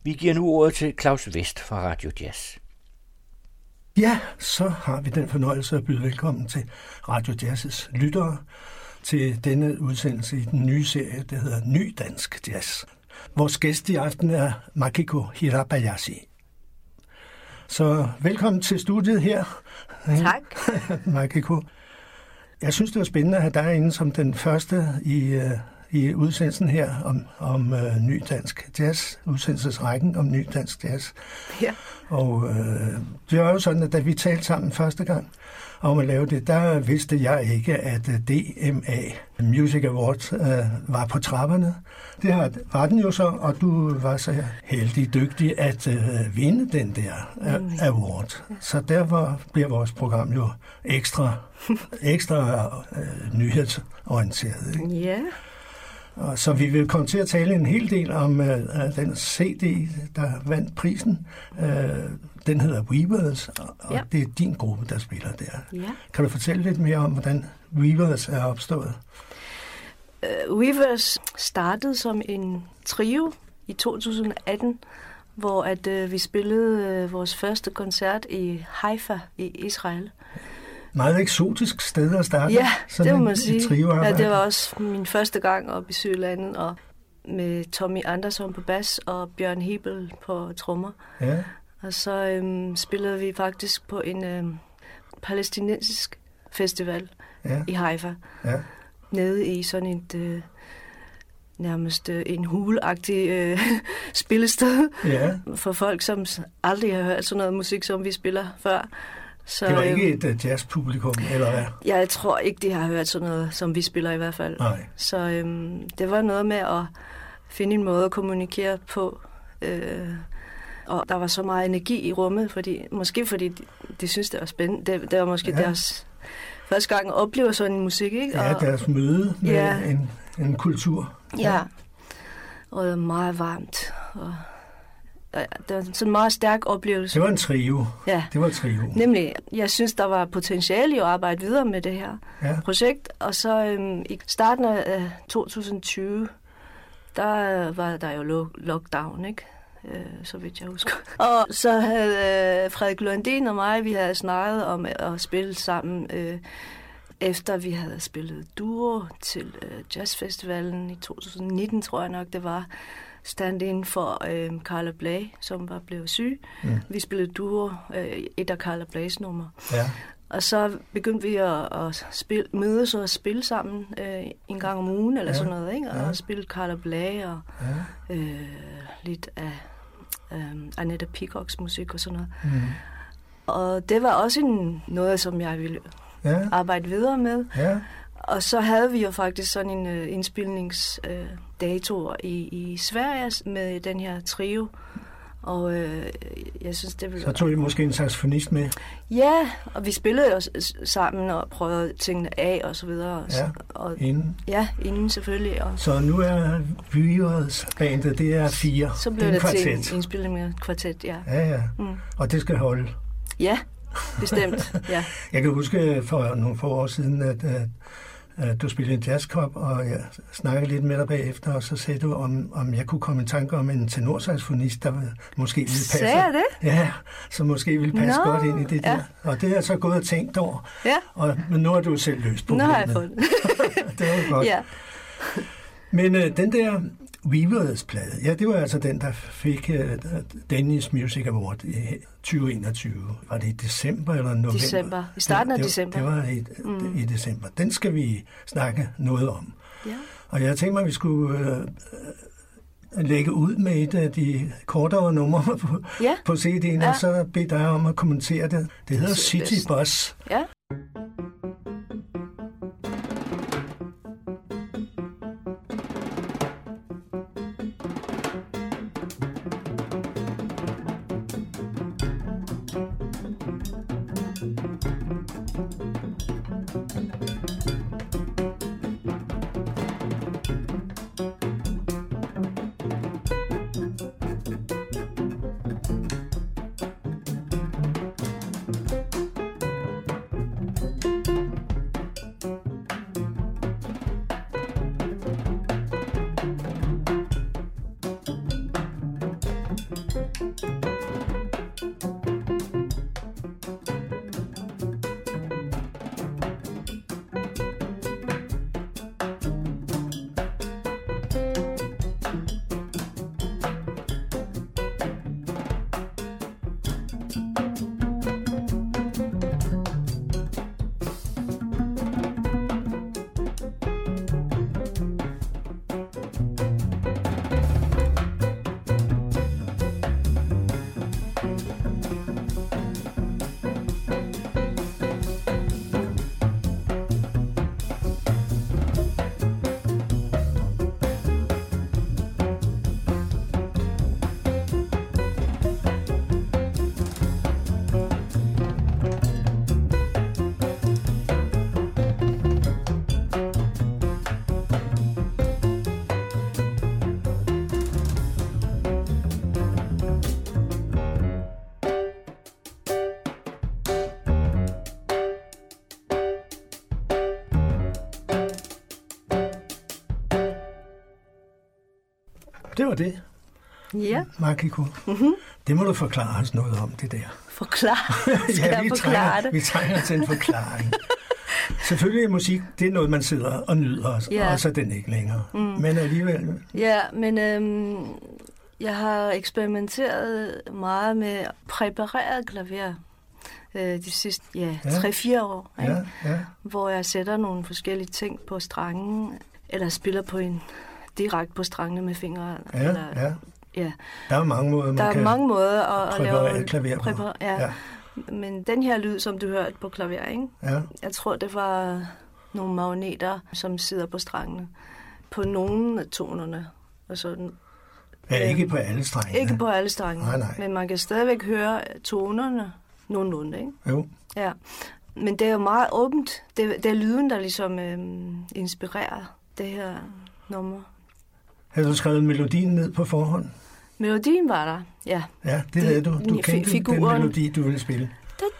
Vi giver nu ordet til Claus West fra Radio Jazz. Ja, så har vi den fornøjelse at byde velkommen til Radio Jazz's lyttere til denne udsendelse i den nye serie, der hedder Ny Dansk Jazz. Vores gæst i aften er Makiko Hirabayashi. Så velkommen til studiet her. Tak. Makiko. Jeg synes, det var spændende at have dig inde som den første i udsendelsen her om ny dansk jazz, udsendelsesrækken om ny dansk jazz. Ja. Og det var jo sådan, at da vi talte sammen første gang om at lave det, der vidste jeg ikke, at DMA Music Award var på trapperne. Det var den jo så, og du var så heldig dygtig at vinde den der award. Så derfor bliver vores program jo ekstra nyhedsorienteret. Ikke? Ja. Og så vi vil komme til at tale en hel del om den CD, der vandt prisen. Den hedder Weavers, og det er din gruppe, der spiller der. Ja. Kan du fortælle lidt mere om, hvordan Weavers er opstået? Weavers startede som en trio i 2018, hvor at vi spillede vores første koncert i Haifa i Israel. Meget eksotisk sted at starte. Ja, det må man sige. Ja, det var også min første gang oppe i Sydlandet, og med Tommy Andersson på bas og Bjørn Hebel på trommer. Ja. Og så spillede vi faktisk på en palæstinensisk festival i Haifa. Ja. Nede i sådan et nærmest en huleagtig spillested for folk, som aldrig har hørt sådan noget musik, som vi spiller før. Så, det var ikke et jazzpublikum, eller hvad? Jeg tror ikke, de har hørt sådan noget, som vi spiller i hvert fald. Nej. Så det var noget med at finde en måde at kommunikere på. Og der var så meget energi i rummet, fordi de synes, det var spændende. Det var måske deres første gang at opleve sådan en musik, ikke? Ja, deres møde med en kultur. Ja, og det var meget varmt, og det var sådan en meget stærk oplevelse. Det var en trio. Ja. Det var en trio. Nemlig, jeg synes, der var potentiale i at arbejde videre med det her projekt. Og så i starten af 2020, der var der jo lockdown, ikke? Så vidt jeg husker. Og så havde Frederik Lundin og mig, vi havde snakket om at spille sammen, efter vi havde spillet duo til jazzfestivalen i 2019, tror jeg nok det var. Stand-in for Carla Bley, som var blevet syg. Vi spillede duo, et af Carla Bleys numre. Ja. Og så begyndte vi at mødes og spille sammen en gang om ugen, eller sådan noget, ikke? Og spille Carla Bley og lidt af Annette Peacocks musik og sådan noget. Og det var også noget, som jeg ville arbejde videre med. Ja. Og så havde vi jo faktisk sådan en indspilningsdato i Sverige med den her trio. Og jeg synes, det ville... Så tog I måske en saxofonist med? Ja, og vi spillede jo sammen og prøvede tingene af og så videre. Ja, inden? Ja, inden selvfølgelig. Og så nu er Weavers bandet, det er 4. Så blev det til en indspilning med kvartet, ja. Ja. Og det skal holde? Ja, bestemt, ja. Jeg kan huske for nogle få år siden, at du spillede en jazzkop, og jeg snakkede lidt med dig bagefter, og så sagde du, om jeg kunne komme i tanke om en tenorsaxofonist, der måske ville passe. Sagde jeg det? Ja, så måske ville passe godt ind i det der. Og det har jeg så gået og tænkt over. Ja. Men nu har du selv løst problemet. Nu har jeg fået det var godt. Ja. Men den der Weavers-plade, det var altså den, der fik Danish Music Award i 2021. Var det i december eller november? December. I starten af december. Det var i december. Den skal vi snakke noget om. Ja. Og jeg tænkte mig, at vi skulle lægge ud med et af de kortere numre på CD'en, og så bede dig om at kommentere det. Det hedder City Bus. Ja. Det var det. Ja. Makiko. Mm-hmm. Det må du forklare os noget om, det der. Forklare? Skal jeg forklare det? Vi trænger til en forklaring. Selvfølgelig er musik, det er noget, man sidder og nyder, og så er den ikke længere. Men alligevel... Ja, men jeg har eksperimenteret meget med præpareret klaver de sidste 3-4 år, hvor jeg sætter nogle forskellige ting på strengen, eller spiller på direkte på strengene med fingre. Ja. Der er mange måder, at lave klaver på. Ja. Men den her lyd, som du hørte på klaver, ikke? Ja. Jeg tror, det var nogle magneter, som sidder på strengene. På nogle af tonerne. Og sådan. Ja, ikke på alle strengene. Ikke på alle strengene. Nej. Men man kan stadigvæk høre tonerne nogenlunde, ikke? Jo. Ja. Men det er jo meget åbent. Det er lyden, der ligesom inspirerer det her nummer. Har du skrevet melodien ned på forhånd? Melodien var der, ja. Ja, det havde du. Du kendte den melodi, du ville spille.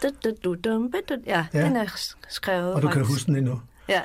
Ja, den er skrevet. Og du kan huske den endnu. Ja.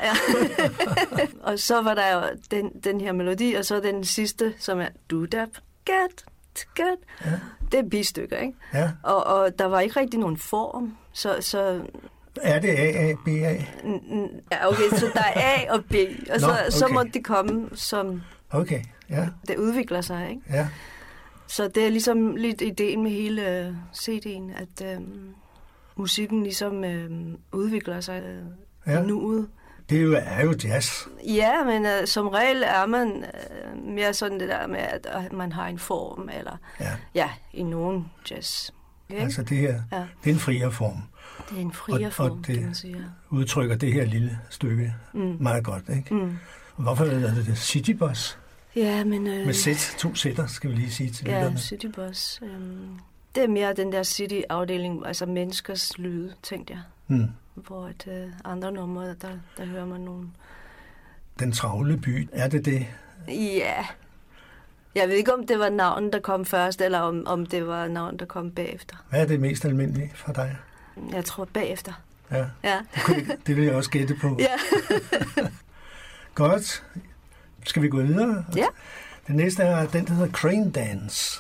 Og så var der jo den her melodi, og så den sidste, som er du-dab, get. Ja. Det er bistykker, ikke? Ja. Og der var ikke rigtig nogen form, så er det A, B, A? Ja, okay, så der er A og B, og så må det komme som... Okay, ja. Det udvikler sig, ikke? Ja. Så det er ligesom lidt ideen med hele CD'en, at musikken ligesom udvikler sig i nuet. Det er jo jazz. Ja, men som regel er man mere sådan det der med, at man har en form, eller i nogen jazz. Okay? Altså det her, det er en friere form. Det er en friere form, og det kan man sige. Udtrykker det her lille stykke meget godt, ikke? Hvorfor hedder det City Bus? Ja, men... med 2 sætter, skal vi lige sige til lytterne. Ja, City Bus. Det er mere den der City-afdeling, altså menneskers lyde, tænkte jeg. Hvor andre numre, der hører man nogle... Den travle by, er det? Ja. Jeg ved ikke, om det var navnet, der kom først, eller om det var navnet, der kom bagefter. Hvad er det mest almindelige for dig? Jeg tror bagefter. Ja. Det vil jeg også gætte på. Ja. Godt. Skal vi gå videre? Ja. Den næste er den, der hedder Crane Dance.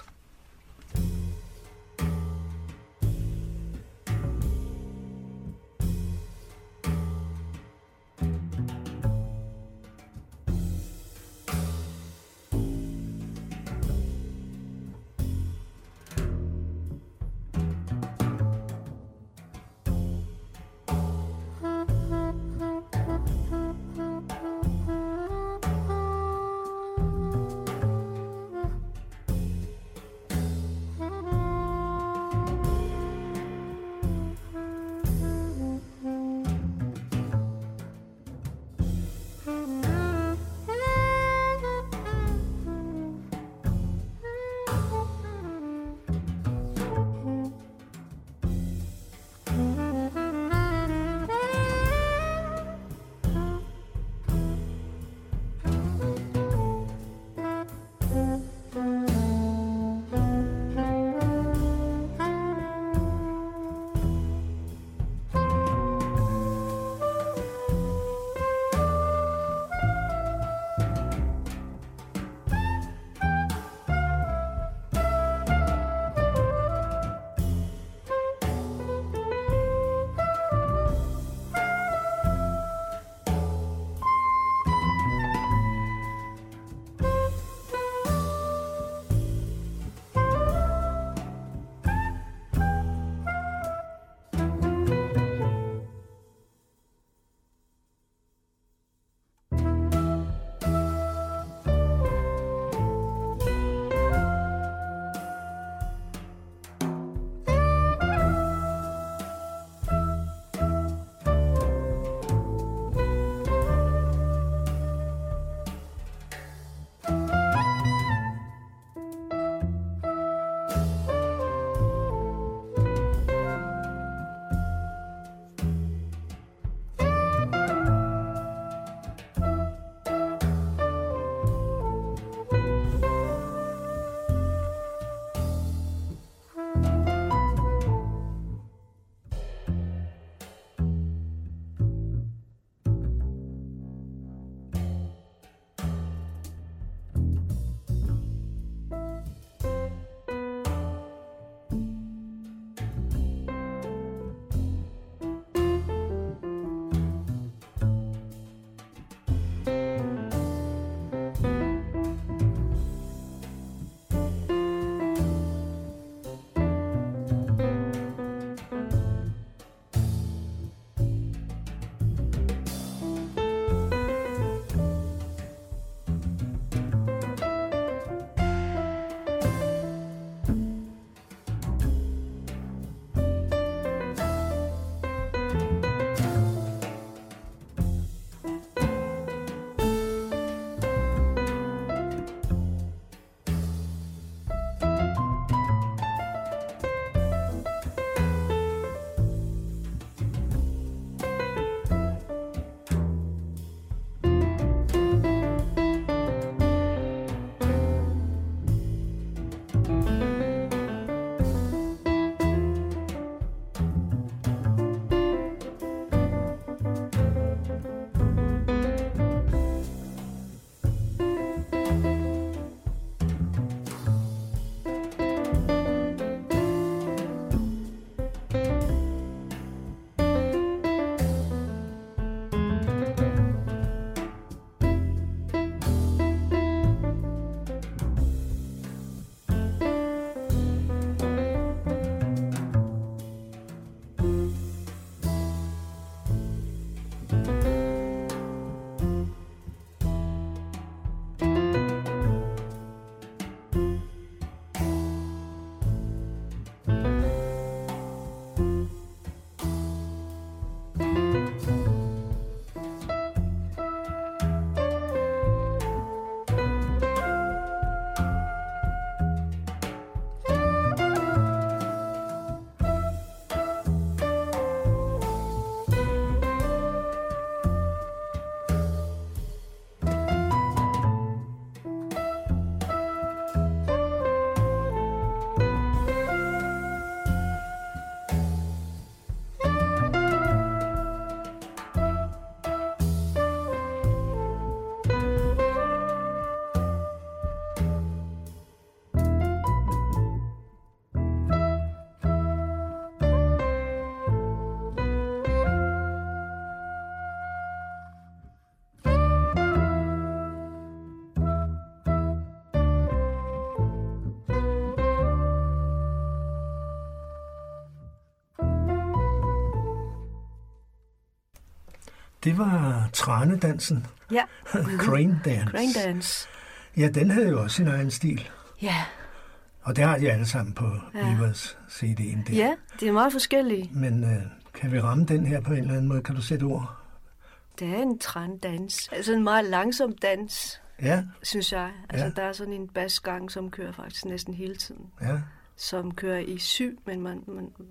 Det var tranedansen. Ja. Crane Dance. Crane Dance. Ja, den havde jo også sin egen stil. Ja. Og det har de alle sammen på Beavers CD'en der. Ja, det er meget forskellige. Men kan vi ramme den her på en eller anden måde? Kan du sætte ord? Det er en trendans. Altså en meget langsom dans, synes jeg. Altså der er sådan en basgang, som kører faktisk næsten hele tiden. Ja. Som kører i 7, men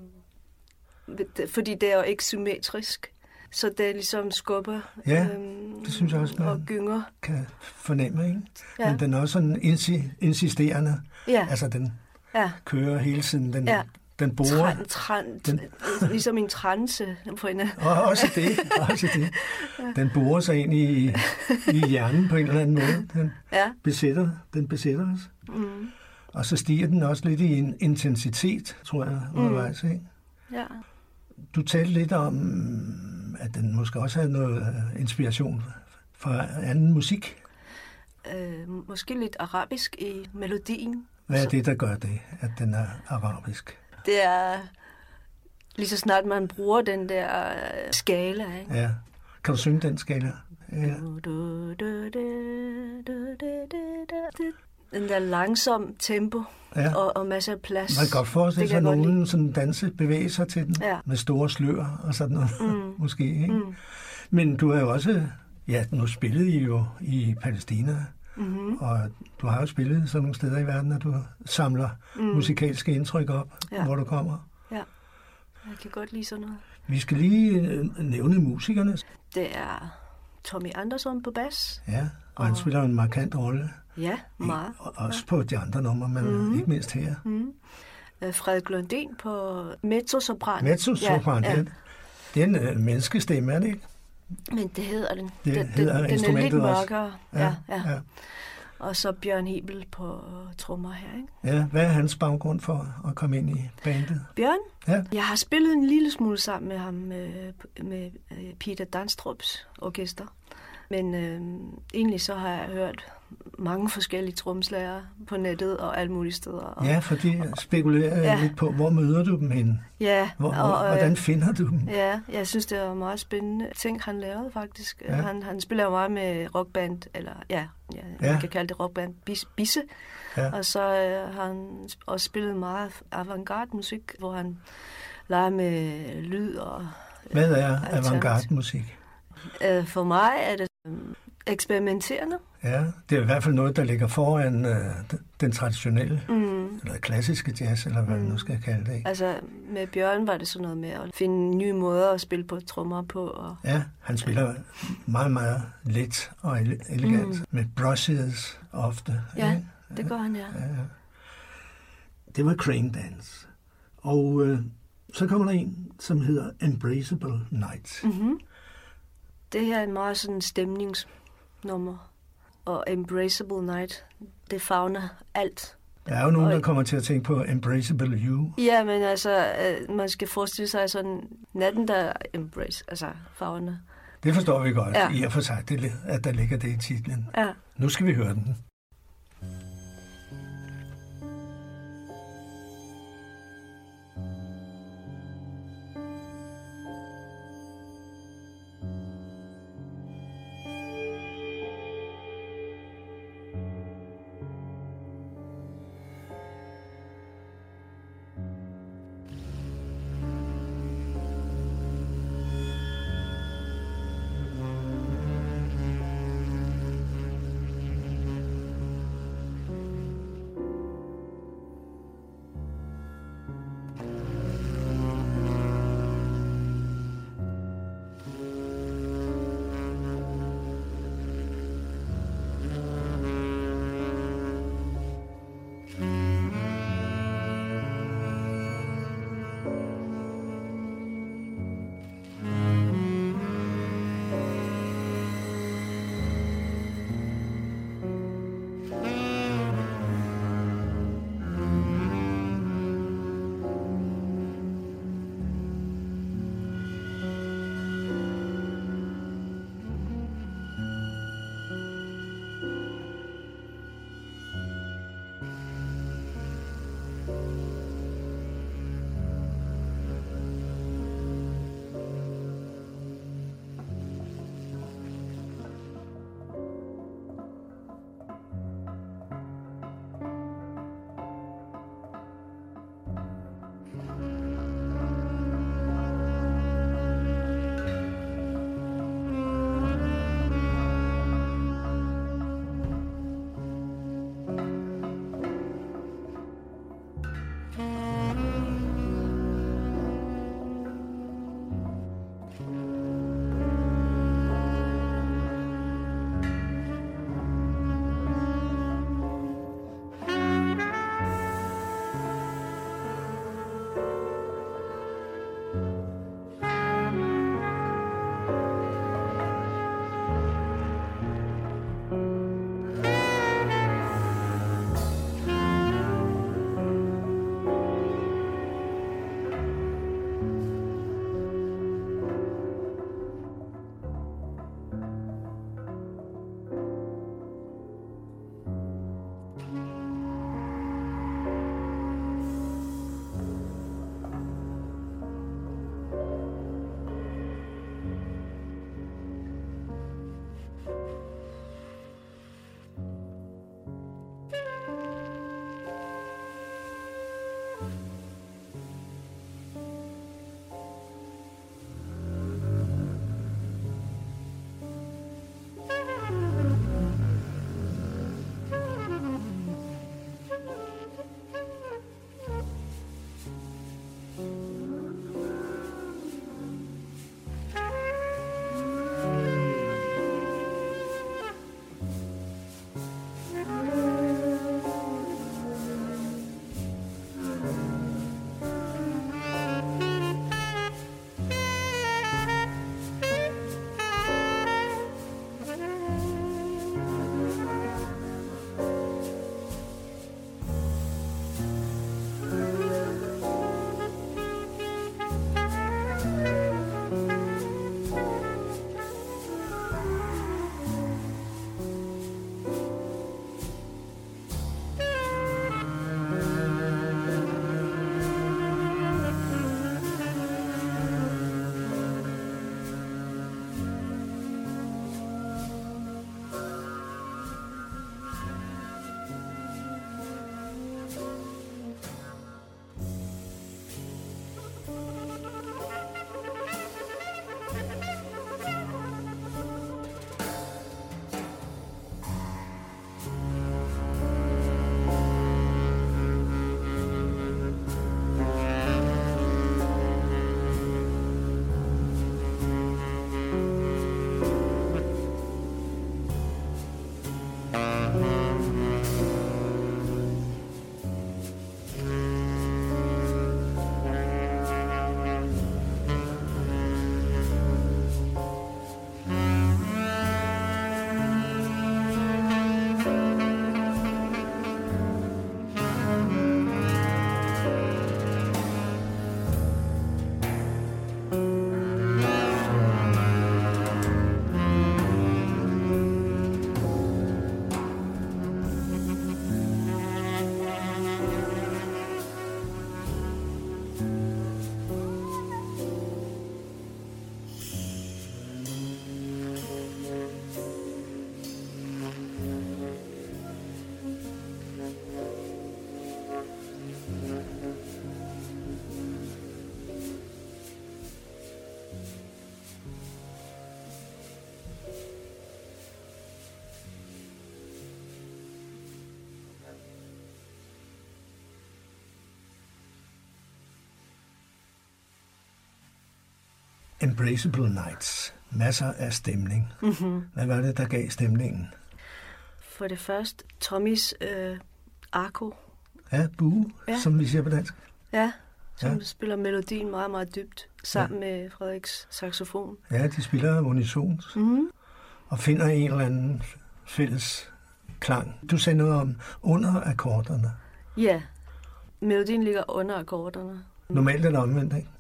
fordi det er jo ikke symmetrisk. Så det er ligesom skubber det synes jeg også, man og gynger. Kan fornemme, ikke? Ja. Men den er også sådan insisterende. Ja. Altså den kører hele tiden. Den borer. Ligesom en transe på en også det. Den borer sig ind i hjernen på en eller anden måde. Den besætter os. Mm. Og så stiger den også lidt i en intensitet, tror jeg, undervejs, ikke? Ja. Du talte lidt om, at den måske også havde noget inspiration fra anden musik. Måske lidt arabisk i melodien. Hvad er det, der gør det, at den er arabisk? Det er lige så snart man bruger den der skala, ikke? Ja. Kan du synge den skala? Ja. Den der langsom tempo og masser af plads. Man kan godt forestille sig nogen sådan danse bevæge sig til den med store slør og sådan noget, måske, ikke? Mm. Men du har jo også, nu spillede I jo i Palæstina, og du har jo spillet sådan nogle steder i verden, at du samler musikalske indtryk op, hvor du kommer. Ja, jeg kan godt lide sådan noget. Vi skal lige nævne musikerne. Det er Tommy Andersson på bas. Ja, og han spiller en markant rolle. Ja, meget. Også på de andre numre, men ikke mindst her. Frederik Lundin på mezzosopran. Mezzosopran, det er en menneskestemme, er det ikke? Men det hedder den. Det hedder den er lidt mørkere. Ja. Og så Bjørn Hebel på trommer her, ikke? Ja, hvad er hans baggrund for at komme ind i bandet? Bjørn? Ja. Jeg har spillet en lille smule sammen med ham, med Peter Danstrups orkester. Men egentlig så har jeg hørt mange forskellige tromslagere på nettet og alle mulige steder. Ja, fordi jeg spekulerer lidt på, hvor møder du dem henne? Ja. Hvordan finder du dem? Ja, jeg synes, det var meget spændende ting, han lavede faktisk. Ja. Han spiller jo meget med rockband, eller man kan kalde det rockband, Bisse. Ja. Og så har han også spillet meget avantgarde musik, hvor han leger med lyd og... Hvad er avantgarde musik? For mig er det eksperimenterende. Ja, det er i hvert fald noget, der ligger foran den traditionelle, eller klassiske jazz, eller hvad man nu skal kalde det. Ikke? Altså, med Bjørn var det sådan noget med at finde nye måder at spille på trommer på. Og, ja, han spiller meget, meget let og elegant, med brushes ofte. Ja, det gør han, ja. Det var Crane Dance. Og så kommer der en, som hedder Embraceable Night. Mm-hmm. Det her er en meget sådan stemningsnummer. Og Embraceable Night, det favner alt. Der er jo nogen, der kommer til at tænke på Embraceable You. Ja, men altså, man skal forestille sig sådan natten, der favner. Det forstår vi godt, i og for sig, at der ligger det i titlen. Ja. Nu skal vi høre den. Embraceable Nights. Masser af stemning. Mm-hmm. Hvad var det, der gav stemningen? For det første, Tommys arco. Ja, bue, ja. Som vi siger på dansk. Ja, som spiller melodien meget, meget dybt, sammen med Frederiks saxofon. Ja, de spiller unisont. Mm-hmm. Og finder en eller anden fælles klang. Du sagde noget om under akkorderne. Ja, melodien ligger under akkorderne. Normalt er det omvendt, ikke?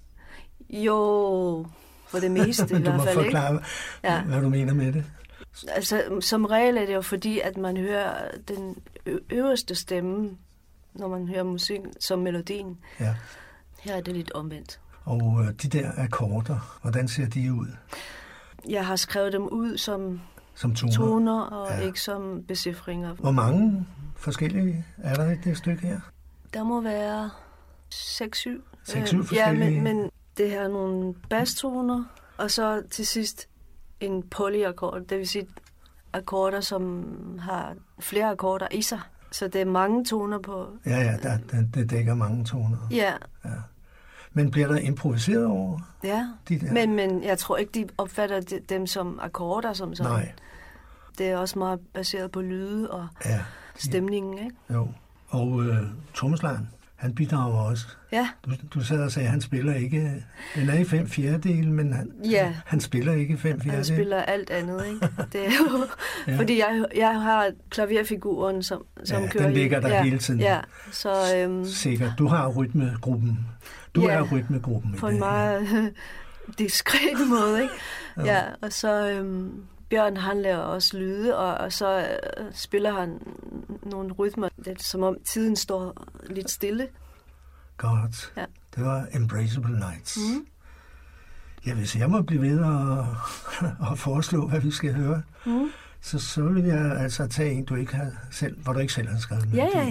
Jo, for det meste i hvert fald, ikke? Du må forklare, hvad du mener med det. Altså, som regel er det jo fordi, at man hører den øverste stemme, når man hører musik, som melodien. Ja. Her er det lidt omvendt. Og de der akkorder, hvordan ser de ud? Jeg har skrevet dem ud som toner og ikke som becifringer. Hvor mange forskellige er der i det stykke her? Der må være 6-7. 6-7 forskellige? Ja, men det her er nogle basstoner, og så til sidst en polyakkord, det vil sige akkorder, som har flere akkorder i sig. Så det er mange toner på. Ja, det dækker mange toner. Ja. Men bliver der improviseret over de der? Men jeg tror ikke, de opfatter dem som akkorder som sådan. Nej. Det er også meget baseret på lyde og stemningen, ikke? Jo. Og trommeslageren, han bidrager også. Ja. Du sad og sagde, at han spiller ikke. Den er i 5/4, men han spiller ikke 5/4. Han spiller alt andet, ikke? Det er jo, fordi jeg har klaverfiguren, som kører. Den ligger der hele tiden. Ja, så sikkert. Du har rytmegruppen. Du er rytmegruppen. På en meget diskret måde, ikke? Ja, og så Bjørn, han laver også lyde, og så spiller han nogle rytmer, det som om tiden står lidt stille. Godt. Ja. Det var Embraceable Nights. Mm. Ja, hvis jeg må blive ved og foreslå, hvad vi skal høre, så vil jeg altså tage en, hvor du ikke selv har skrevet med. Ja.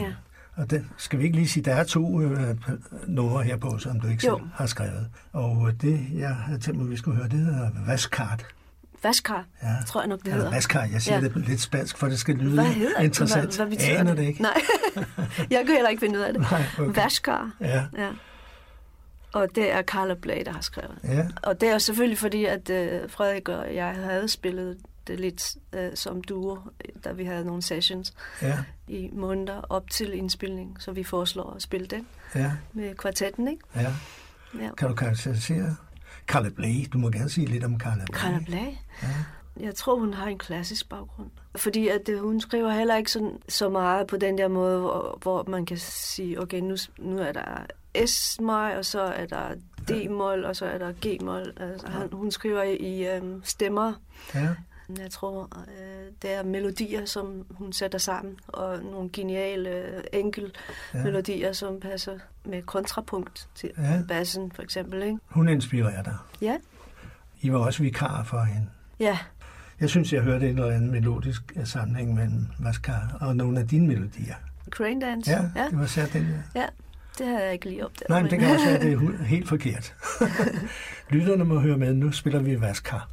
Og det skal vi ikke lige sige, der er 2 numre her på, som du ikke selv har skrevet. Og det, jeg havde tænkt mig, at vi skulle høre, det hedder Vascard. Vascar, tror jeg nok, det hedder. Vascar, jeg siger det lidt spansk, for det skal lyde interessant. Hvad betyder det ikke? Nej, jeg kan heller ikke finde ud af det. Nej, okay. Vascar. Ja. Og det er Carla Bley, der har skrevet. Ja. Og det er selvfølgelig fordi, at Frederik og jeg havde spillet det lidt som duo, da vi havde nogle sessions i måneder op til indspilning, så vi foreslår at spille den med kvartetten, ikke? Ja. Kan du karakterisere Carla Bley? Du må gerne sige lidt om Carla Bley. Carla Bley? Ja. Jeg tror, hun har en klassisk baggrund. Fordi at hun skriver heller ikke så meget på den der måde, hvor man kan sige, okay, nu er der S-mol, og så er der D-mol, og så er der G-mol. Altså, hun skriver i stemmer. Ja. Jeg tror, det er melodier, som hun sætter sammen, og nogle geniale melodier, som passer med kontrapunkt til bassen, for eksempel. Ikke? Hun inspirerer dig. Ja. I var også vikar for hende. Ja. Jeg synes, jeg hørte en eller anden melodisk sammenhæng mellem Vascar og nogle af dine melodier. Crane Dance? Ja, det var sat den der. Ja, det havde jeg ikke lige opdaget. Nej, men det kan også være, at det er helt forkert. Lytterne må høre med. Nu spiller vi Vascar.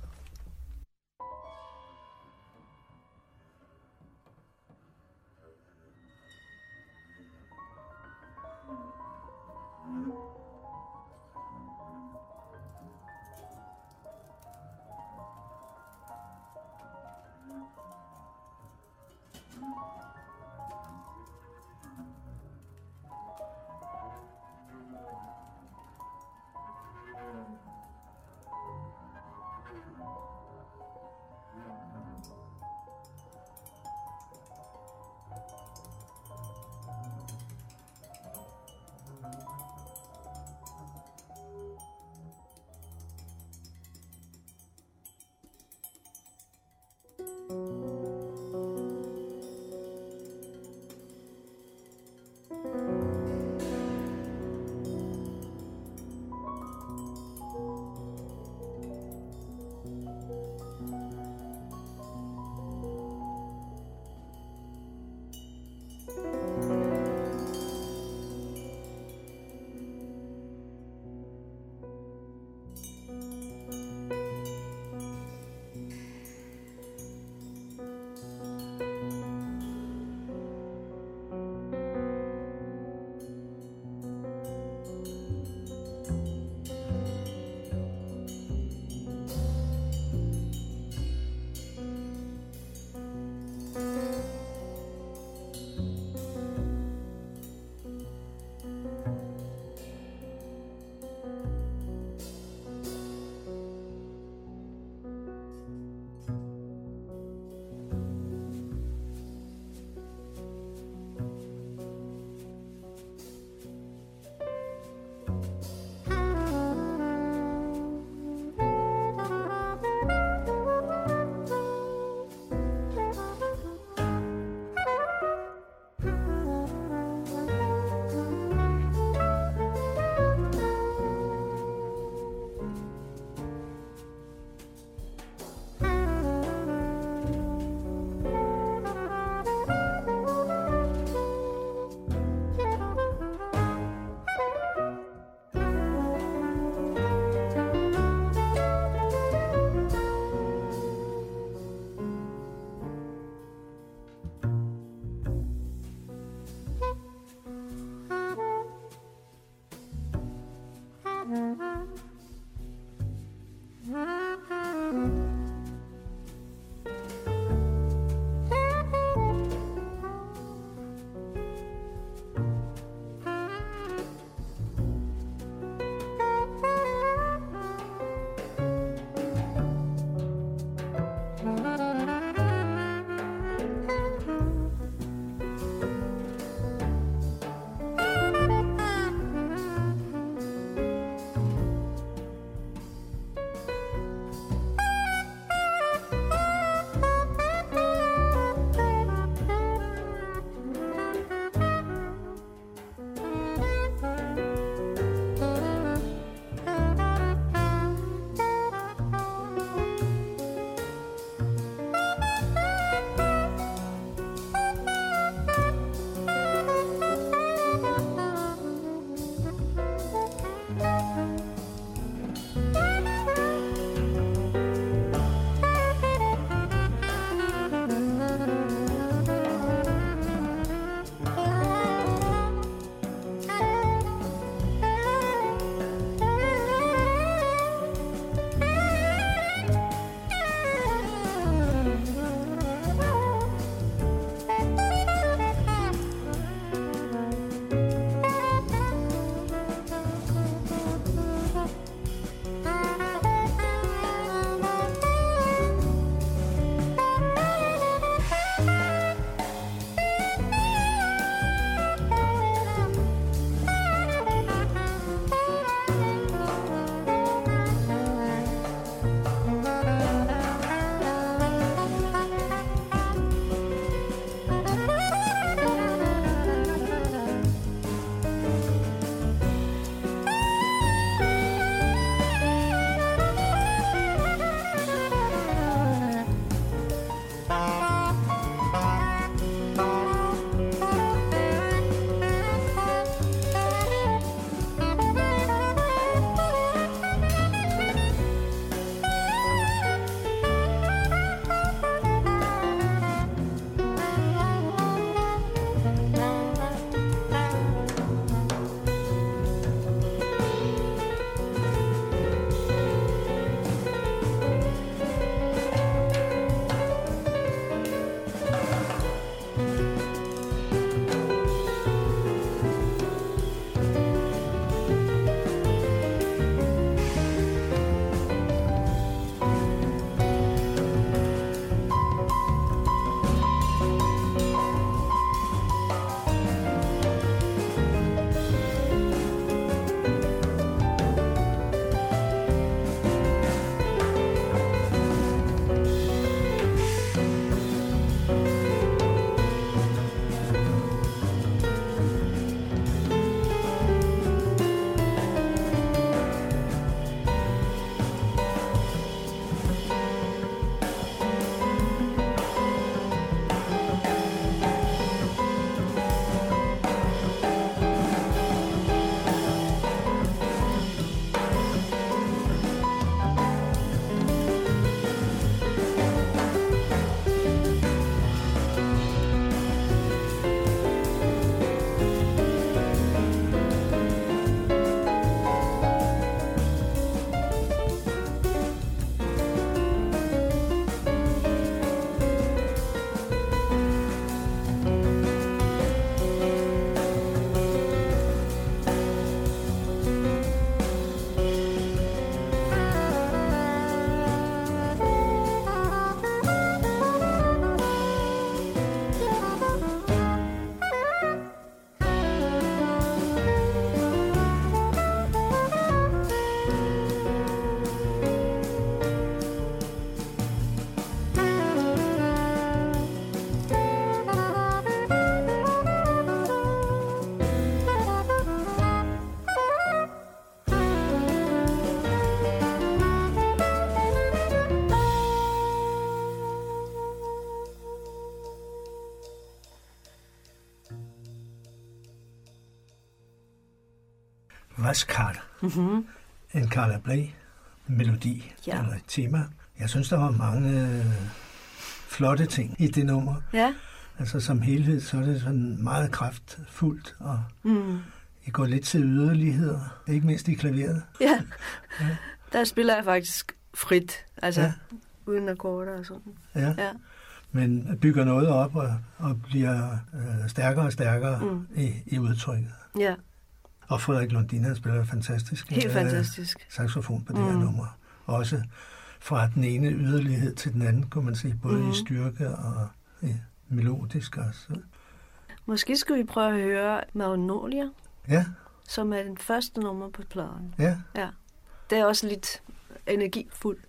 Vascard. En Carla Bley-melodi eller et tema. Jeg synes, der var mange flotte ting i det nummer. Ja. Altså som helhed, så er det sådan meget kraftfuldt, og I går lidt til yderligheder, ikke mindst i klaveret. Ja. Der spiller jeg faktisk frit, altså uden akkorder og sådan. Ja. Men bygger noget op og bliver stærkere og stærkere i udtrykket. Ja. Og Frederik Lundin, han spiller fantastisk. Helt fantastisk. Saxofon på det her nummer. Også fra den ene yderlighed til den anden, kunne man sige, både i styrke og melodisk også. Måske skulle vi prøve at høre Magnolia, som er den første nummer på pladen. Ja. Det er også lidt energifuldt.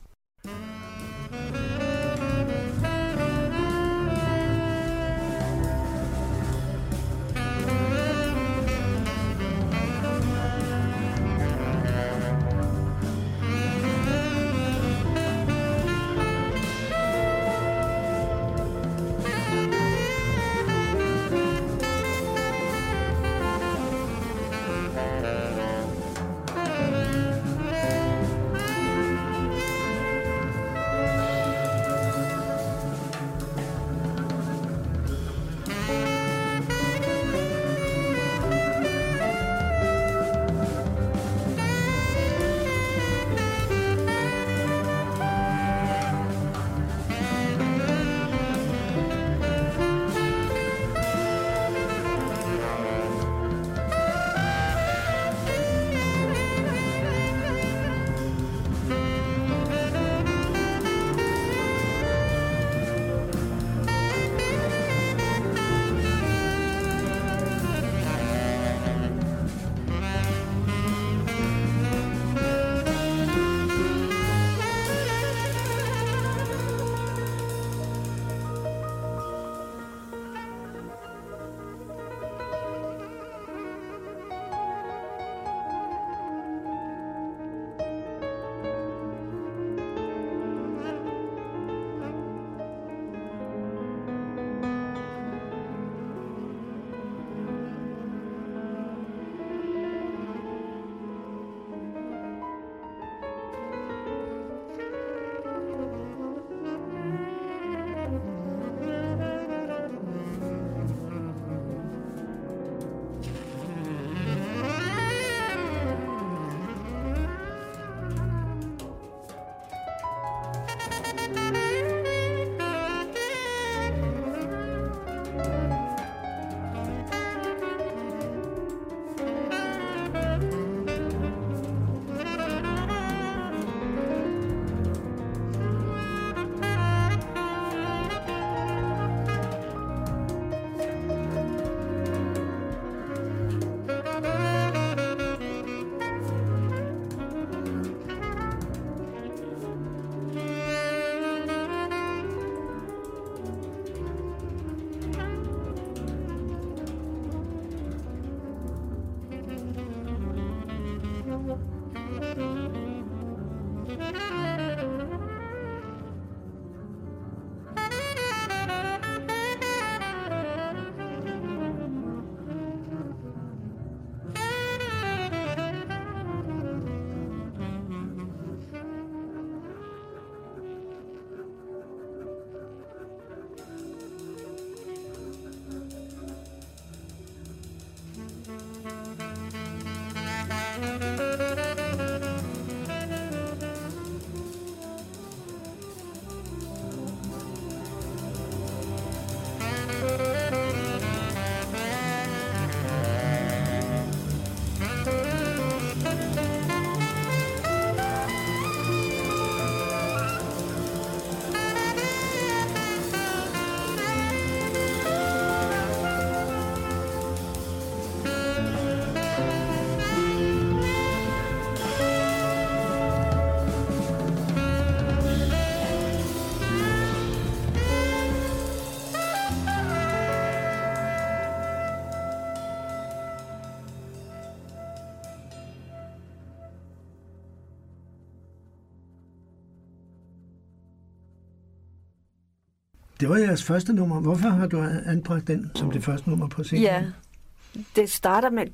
Det var jeres første nummer. Hvorfor har du anbragt den som det første nummer på scenen? Ja, det starter med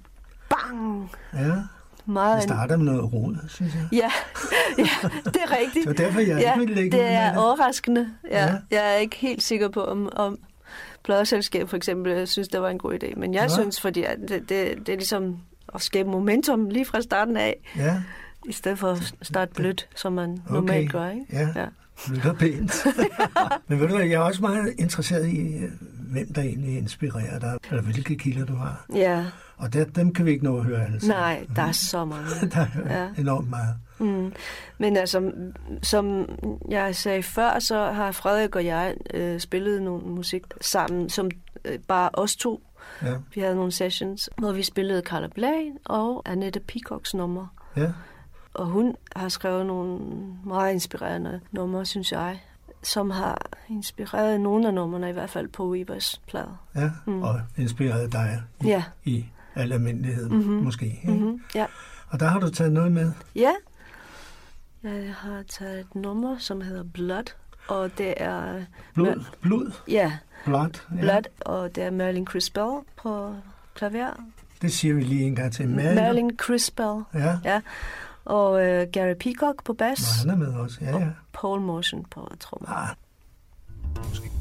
bang! Ja. Meget det starter med noget rod, synes jeg. Ja, det er rigtigt. Det var derfor, jeg ikke ville lægge det er overraskende. Ja. Jeg er ikke helt sikker på, om pladeselskab for eksempel synes, det var en god idé. Men jeg synes, fordi det er ligesom at skabe momentum lige fra starten af. Ja. I stedet for at starte blødt, som man normalt gør, ikke? Ja. Blødt og pænt. Men ved du hvad, jeg er også meget interesseret i, hvem der egentlig inspirerer dig, eller hvilke kilder du har. Ja. Og dem kan vi ikke nå at høre alle sammen. Nej, der er så mange. Der er enormt meget. Men altså, som jeg sagde før, så har Frederik og jeg spillet nogle musik sammen, som bare os to. Ja. Vi havde nogle sessions, hvor vi spillede Carla Bley og Annette Peacocks nummer. Ja. Og hun har skrevet nogle meget inspirerende numre, synes jeg, som har inspireret nogle af numrene, i hvert fald på Weavers plade. Ja, og inspireret dig i al almindelighed, måske. Ja. Og der har du taget noget med? Ja, jeg har taget et nummer, som hedder Blood, og det er... Blod? Ja. Blood, ja. Blood, og det er Merlin Crispell på klaver. Det siger vi lige en gang til. Merlin Crispell. Ja. Og Gary Peacock på bas. Nå, han er med også, ja. Og Paul Motion på trommer. Måske.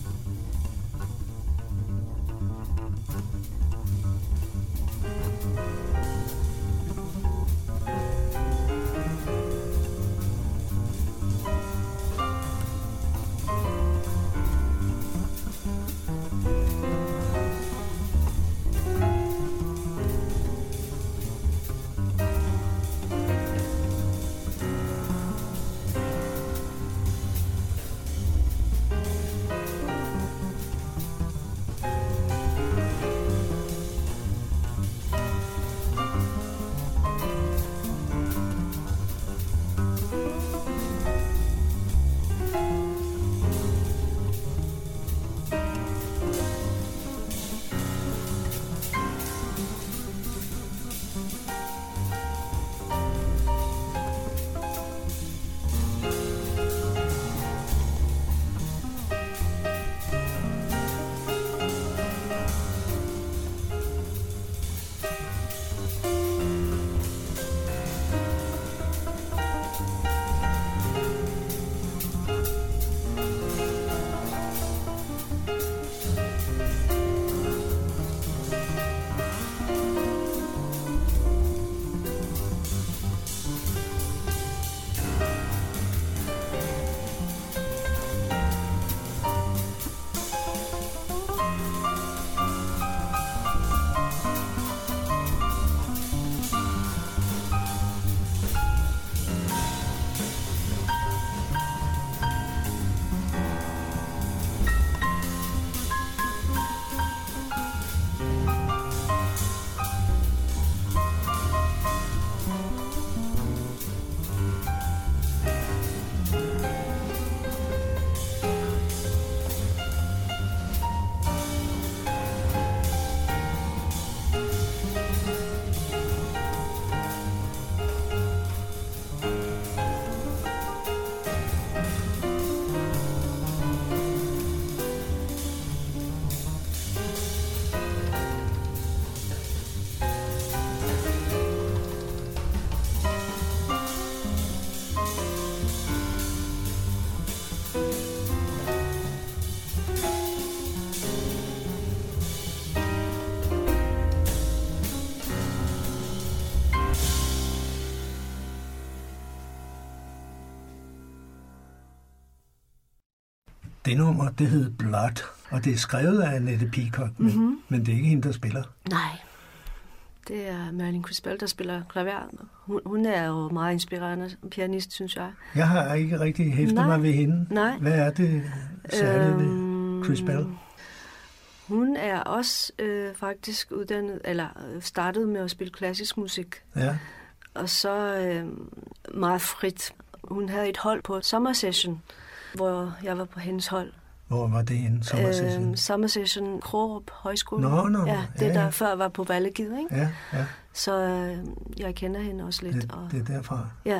Det nummer, det hedder Blood, og det er skrevet af Annette Peacock, men det er ikke hende, der spiller. Nej, det er Merlin Crispell, der spiller klaver. Hun er jo meget inspirerende pianist, synes jeg. Jeg har ikke rigtig hæftet mig ved hende. Nej. Hvad er det særligt ved Crispell? Hun er også faktisk uddannet, eller startet med at spille klassisk musik. Ja. Og så meget frit. Hun havde et hold på Summer Session, hvor jeg var på hendes hold. Hvor var det en Summer Session? Summer Session, Krogerup Højskole. Ja, det der før var på Vallegid, ikke? Ja. Så jeg kender hende også lidt. Det er derfra? Ja.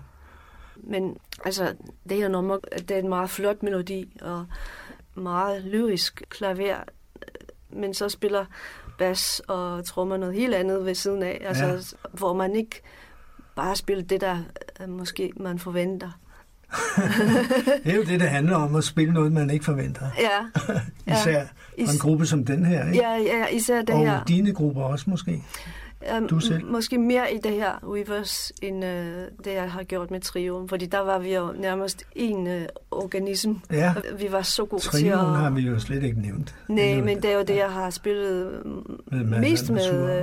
Men altså, det her nummer, det er en meget flot melodi, og meget lyrisk klaver, men så spiller bas og trommer noget helt andet ved siden af, altså, hvor man ikke bare spiller det, der måske man forventer. Det er jo det handler om, at spille noget, man ikke forventer. Ja. Især en gruppe som den her, ikke? Ja, især det og her. Og dine grupper også måske? Du selv? Måske mere i det her Weavers, end det, jeg har gjort med trioen. Fordi der var vi jo nærmest en organism. Ja. Vi var så gode til at... Trioen har vi jo slet ikke nævnt. Nej, men det er jo det, jeg har spillet mest med.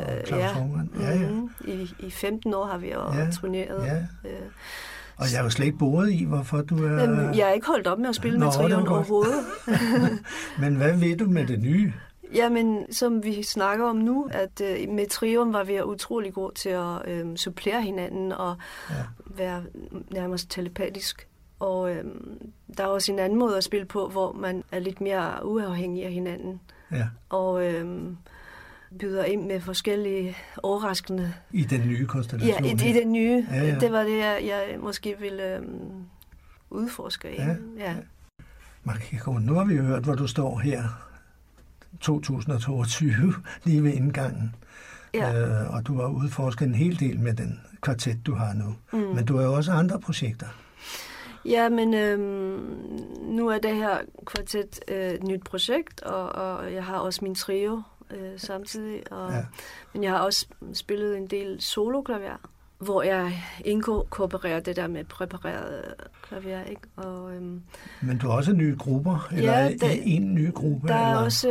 I 15 år har vi jo turneret. Ja. Og jeg er jo slet ikke boret i, hvorfor du er... Jeg er ikke holdt op med at spille med trioen overhovedet. Men hvad ved du med det nye? Jamen, som vi snakker om nu, at med trioen var vi utrolig gode til at supplere hinanden og være nærmest telepatisk. Og der er også en anden måde at spille på, hvor man er lidt mere uafhængig af hinanden. Ja. Og byder ind med forskellige overraskende... I den nye konstellation? Ja, i den nye. Ja. Det var det, jeg måske ville udforske. Ja. Markéko, nu har vi jo hørt, hvor du står her 2022, lige ved indgangen. Ja. Og du har udforsket en hel del med den kvartet, du har nu. Men du har jo også andre projekter. Ja, men nu er det her kvartet et nyt projekt, og jeg har også min trio samtidig. Men jeg har også spillet en del solo-klaver, hvor jeg inkorporerer det der med præpareret klaver, ikke? Og, men du har også nye grupper? Eller en ny gruppe? Der er også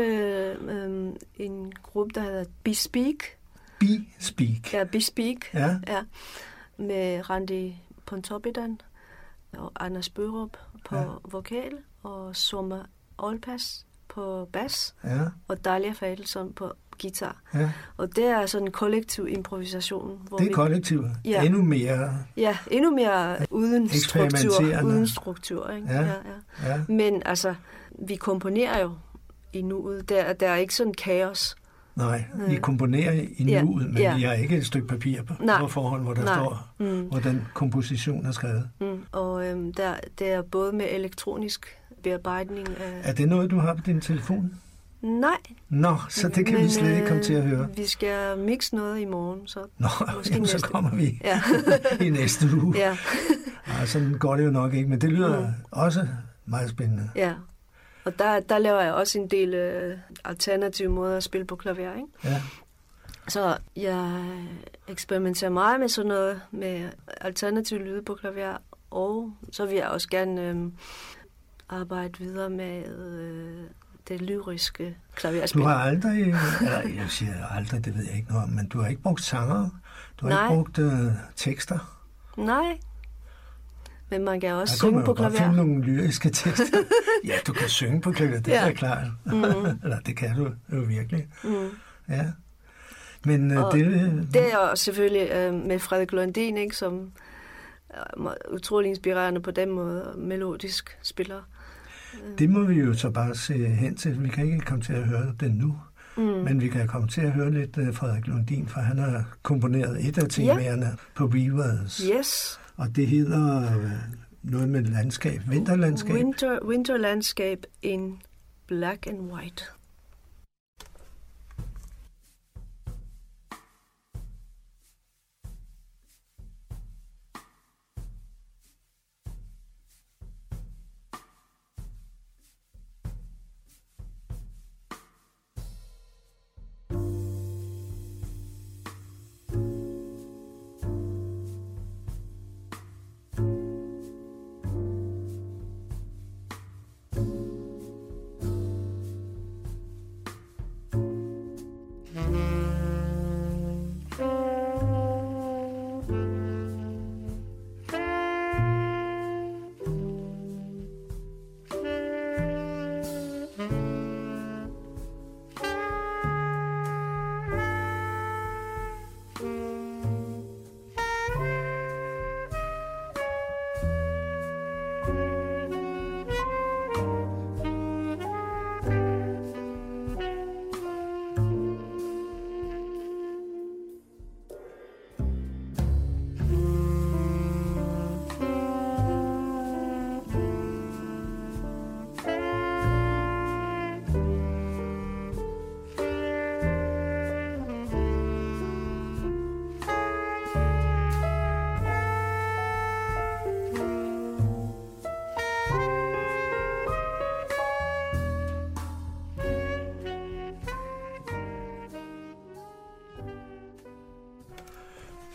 en gruppe, der hedder Bespeak. Bespeak? Ja, Bespeak. Ja. Med Randi Pontoppidan og Anders Børup på vokal, og Summa Olpas på bas, og Dalia Fadelsson på guitar. Ja. Og det er sådan en kollektiv improvisation. Hvor det er kollektiv? Ja. Endnu mere? Ja, endnu mere uden struktur. Ikke? Ja. Men altså, vi komponerer jo i nuet. Der er ikke sådan kaos. Nej, I komponerer i nuet, men I har ikke et stykke papir på forhånd, hvor der står, hvor den komposition er skrevet. Og det er både med elektronisk bearbejdning af... Er det noget, du har på din telefon? Nej. Nå, så det kan vi slet ikke komme til at høre. Vi skal mixe noget i morgen, så jamen, så kommer vi i næste uge. Ja. Sådan går det jo nok ikke, men det lyder også meget spændende. Ja, og der laver jeg også en del alternative måder at spille på klaver, ikke? Ja. Så jeg eksperimenterer meget med sådan noget, med alternative lyde på klaver, og så vil jeg også gerne arbejde videre med... det lyriske klaverspil. Du har aldrig, eller jeg siger aldrig, det ved jeg ikke noget om, men du har ikke brugt sanger? Du har ikke brugt tekster? Nej, men man kan også synge på klaver. Der kan man jo godt finde nogle lyriske tekster. Ja, du kan synge på klaver, det er klart. Eller det kan du jo virkelig. Ja. Men det er jo selvfølgelig med Frederik Lundin, ikke, som er utrolig inspirerende på den måde, melodisk spiller. Det må vi jo så bare se hen til. Vi kan ikke komme til at høre det nu, men vi kan komme til at høre lidt Frederik Lundin, for han har komponeret et af temaerne på Weavers. Yes. Og det hedder noget med landskab, vinterlandskab. Winterlandskab in black and white.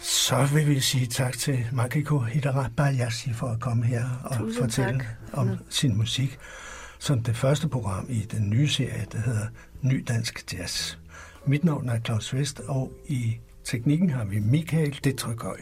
Så vil vi sige tak til Makiko Hidarabayashi for at komme her og fortælle om sin musik, som det første program i den nye serie, der hedder Ny Dansk Jazz. Mit navn er Claus Vest, og i teknikken har vi Michael Detrygøj.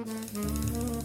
Mm-hmm.